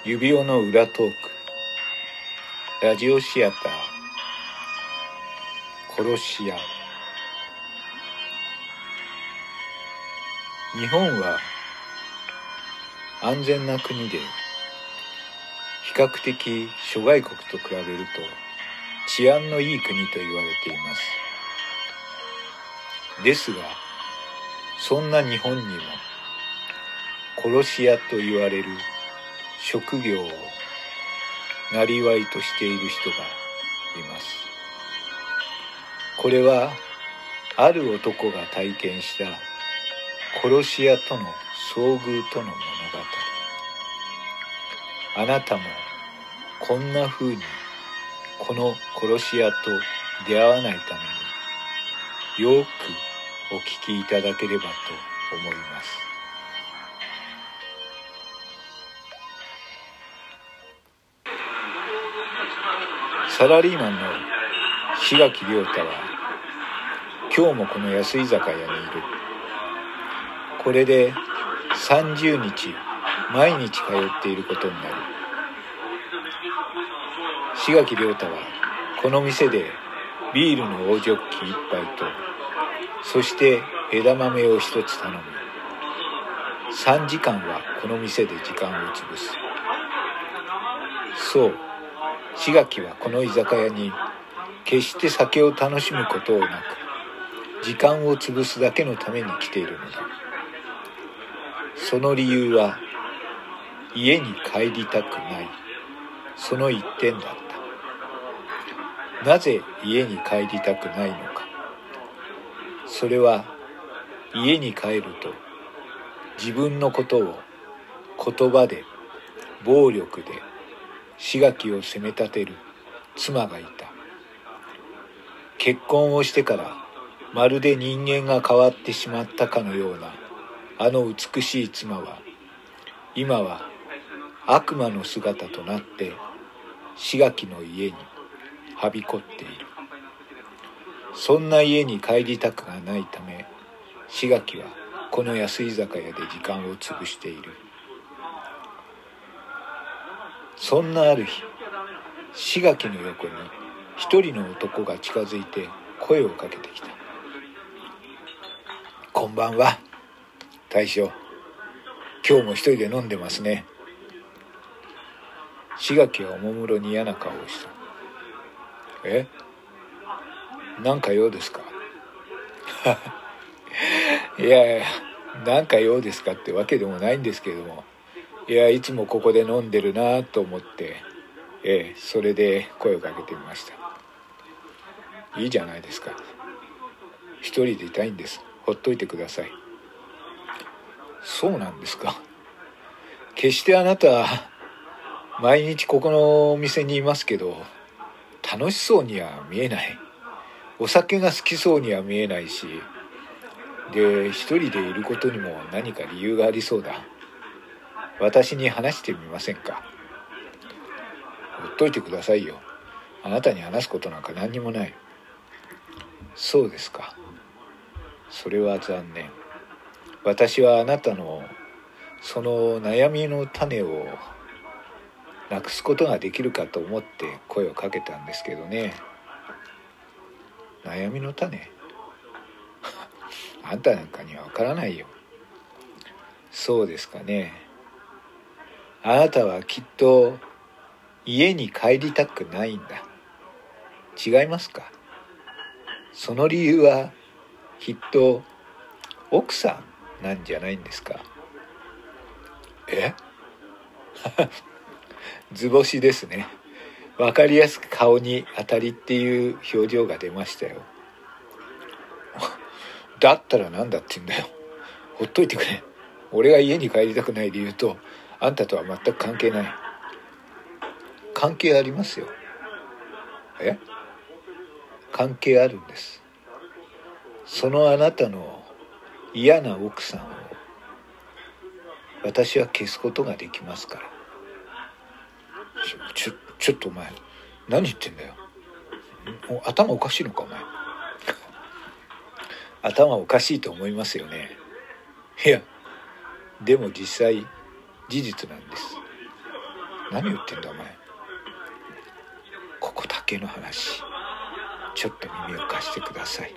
指輪の裏トーク、ラジオシアター、殺し屋。日本は安全な国で、比較的諸外国と比べると治安のいい国と言われています。ですが、そんな日本にも殺し屋と言われる職業を生業としている人がいます。これはある男が体験した殺し屋との遭遇との物語。あなたもこんな風にこの殺し屋と出会わないためによくお聞きいただければと思います。サラリーマンの志垣亮太は今日もこの安居酒屋にいる。これで30日毎日通っていることになる。志垣亮太はこの店でビールの大ジョッキ1杯と、そして枝豆を1つ頼み、3時間はこの店で時間を潰す。そう、志垣はこの居酒屋に決して酒を楽しむことをなく、時間を潰すだけのために来ているのだ。その理由は家に帰りたくない、その一点だった。なぜ家に帰りたくないのか。それは家に帰ると自分のことを言葉で暴力で志垣を責め立てる妻がいた。結婚をしてからまるで人間が変わってしまったかのようなあの美しい妻は、今は悪魔の姿となって志垣の家にはびこっている。そんな家に帰りたくがないため、志垣はこの安居酒屋で時間を潰している。そんなある日、志垣の横に一人の男が近づいて声をかけてきた。こんばんは、大将。今日も一人で飲んでますね。志垣はおもむろに嫌な顔をした。なんか用ですか？いや、なんか用ですかってわけでもないんですけれども、いつもここで飲んでるなと思って、それで声をかけてみました。いいじゃないですか。一人でいたいんです。ほっといてください。そうなんですか。決してあなた毎日ここのお店にいますけど、楽しそうには見えない。お酒が好きそうには見えないし、で、一人でいることにも何か理由がありそうだ。私に話してみませんか？ほっといてくださいよ。あなたに話すことなんか何にもない。そうですか。それは残念。私はあなたのその悩みの種をなくすことができるかと思って声をかけたんですけどね。悩みの種？あんたなんかにはわからないよ。そうですかね。あなたはきっと家に帰りたくないんだ。違いますか？その理由はきっと奥さんなんじゃないんですか？図星ですね。わかりやすく顔に当たりっていう表情が出ましたよ。だったらなんだって言うんだよ。ほっといてくれ。俺が家に帰りたくない理由とあんたとは全く関係ない。関係ありますよ。関係あるんです。そのあなたの嫌な奥さんを私は消すことができますから。ちょっとお前何言ってんだよ。頭おかしいのかお前。頭おかしいと思いますよね。いや、でも実際事実なんです。 何言ってんだお前。ここだけの話、ちょっと耳を貸してください。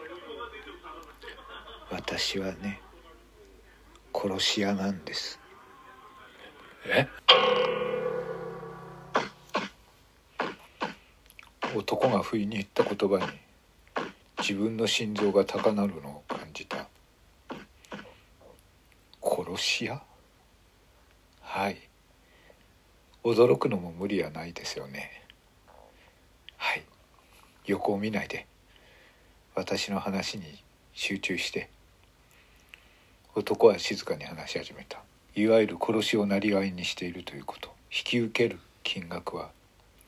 私はね、殺し屋なんです。え？男が不意に言った言葉に自分の心臓が高鳴るのを感じた。殺し屋？はい。驚くのも無理はないですよね。はい。横を見ないで私の話に集中して。男は静かに話し始めた。いわゆる殺しをなりわいにしているということ。引き受ける金額は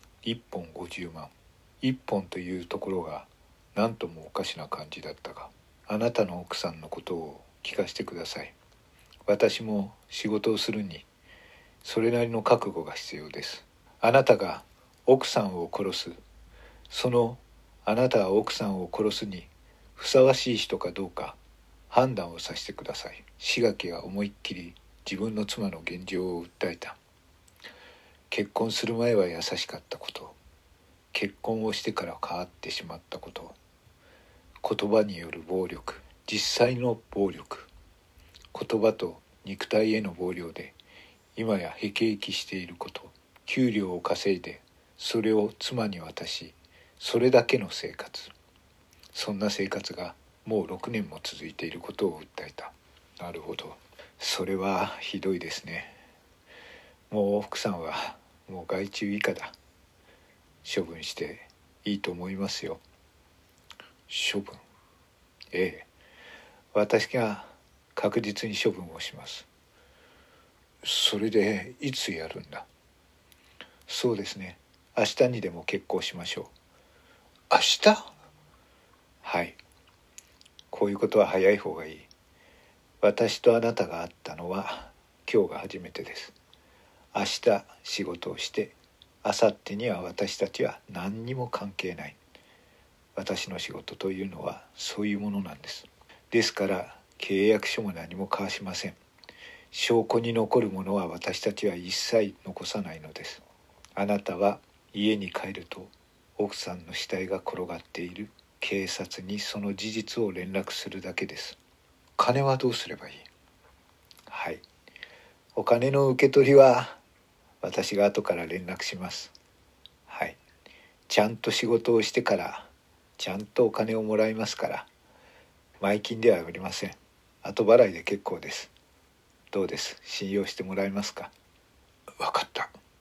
1本50万。1本というところが何ともおかしな感じだったが、あなたの奥さんのことを聞かせてください。私も仕事をするにそれなりの覚悟が必要です。あなたが奥さんを殺す、そのあなたは奥さんを殺すにふさわしい人かどうか判断をさせてください。志垣は思いっきり自分の妻の現状を訴えた。結婚する前は優しかったこと、結婚をしてから変わってしまったこと、言葉による暴力、実際の暴力、言葉と肉体への暴力で今や辟易していること、給料を稼いでそれを妻に渡し、それだけの生活、そんな生活がもう6年も続いていることを訴えた。なるほど、それはひどいですね。もう奥さんはもう害虫以下だ。処分していいと思いますよ。処分？ええ、私が確実に処分をします。それでいつやるんだ？そうですね、明日にでも決行しましょう。明日？はい。こういうことは早い方がいい。私とあなたが会ったのは今日が初めてです。明日仕事をして、明後日には私たちは何にも関係ない。私の仕事というのはそういうものなんです。ですから契約書も何も交わしません。証拠に残るものは私たちは一切残さないのです。あなたは家に帰ると奥さんの死体が転がっている。警察にその事実を連絡するだけです。金はどうすればいい？はい。お金の受け取りは私が後から連絡します。はい。ちゃんと仕事をしてからちゃんとお金をもらいますから。前金ではありません。後払いで結構です。どうです？信用してもらえますか？分かった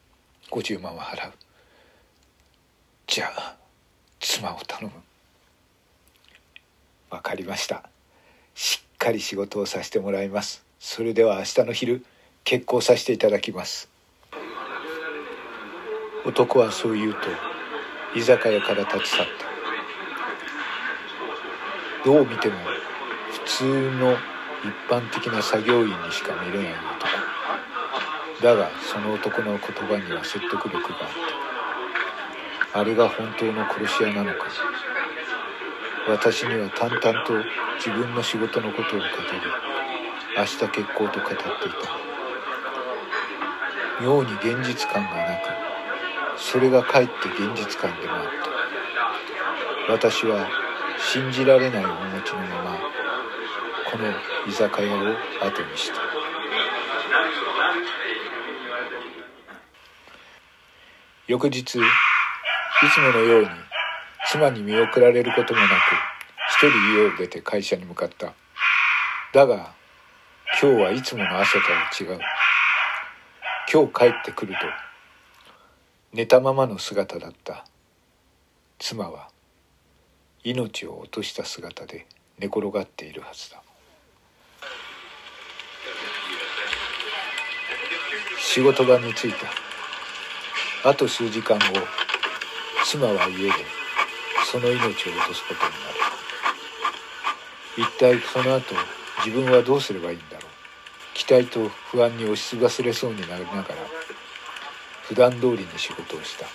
。50万は払う。じゃあ妻を頼む。分かりました。しっかり仕事をさせてもらいます。それでは明日の昼決行させていただきます。男はそう言うと居酒屋から立ち去った。どう見ても普通の一般的な作業員にしか見れない男だが、その男の言葉には説得力があった。あれが本当の殺し屋なのか。私には淡々と自分の仕事のことを語り、明日決行と語っていた。妙に現実感がなく、それがかえって現実感でもあった。私は信じられない面持ちのままこの居酒屋を後にした。翌日、いつものように妻に見送られることもなく一人家を出て会社に向かった。だが今日はいつもの朝とは違う。今日帰ってくると寝たままの姿だった妻は命を落とした姿で寝転がっているはずだ。仕事場に着いた。あと数時間後、妻は家でその命を落とすことになる。一体その後自分はどうすればいいんだろう。期待と不安に押し忘れそうになりながら普段通りに仕事をした。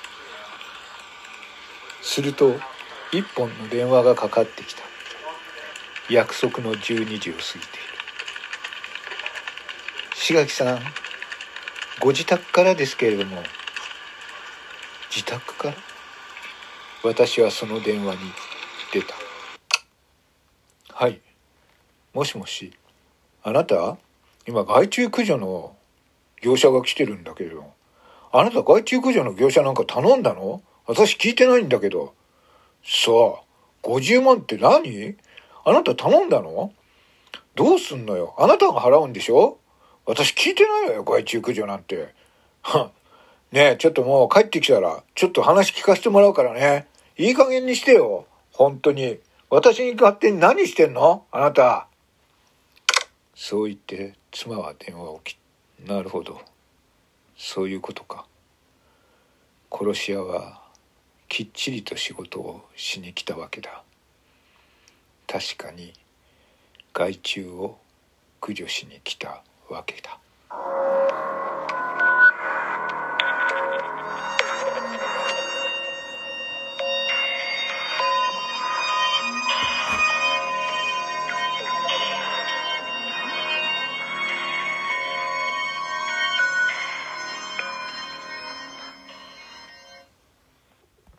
すると一本の電話がかかってきた。約束の12時を過ぎている。志垣さん、 ご自宅からですけれども。自宅から？私はその電話に出た。はい。もしもし。あなた？今害虫駆除の業者が来てるんだけど。あなた害虫駆除の業者なんか頼んだの？私聞いてないんだけど。さあ、50万って何？あなた頼んだの？どうすんのよ。あなたが払うんでしょ？私聞いてないわよ、害虫駆除なんて。はねえ、ちょっともう帰ってきたら、ちょっと話聞かせてもらうからね。いい加減にしてよ。本当に。私に勝手に何してんの？あなた。そう言って妻は電話を切った。なるほど。そういうことか。殺し屋はきっちりと仕事をしに来たわけだ。確かに害虫を駆除しに来たわけだ。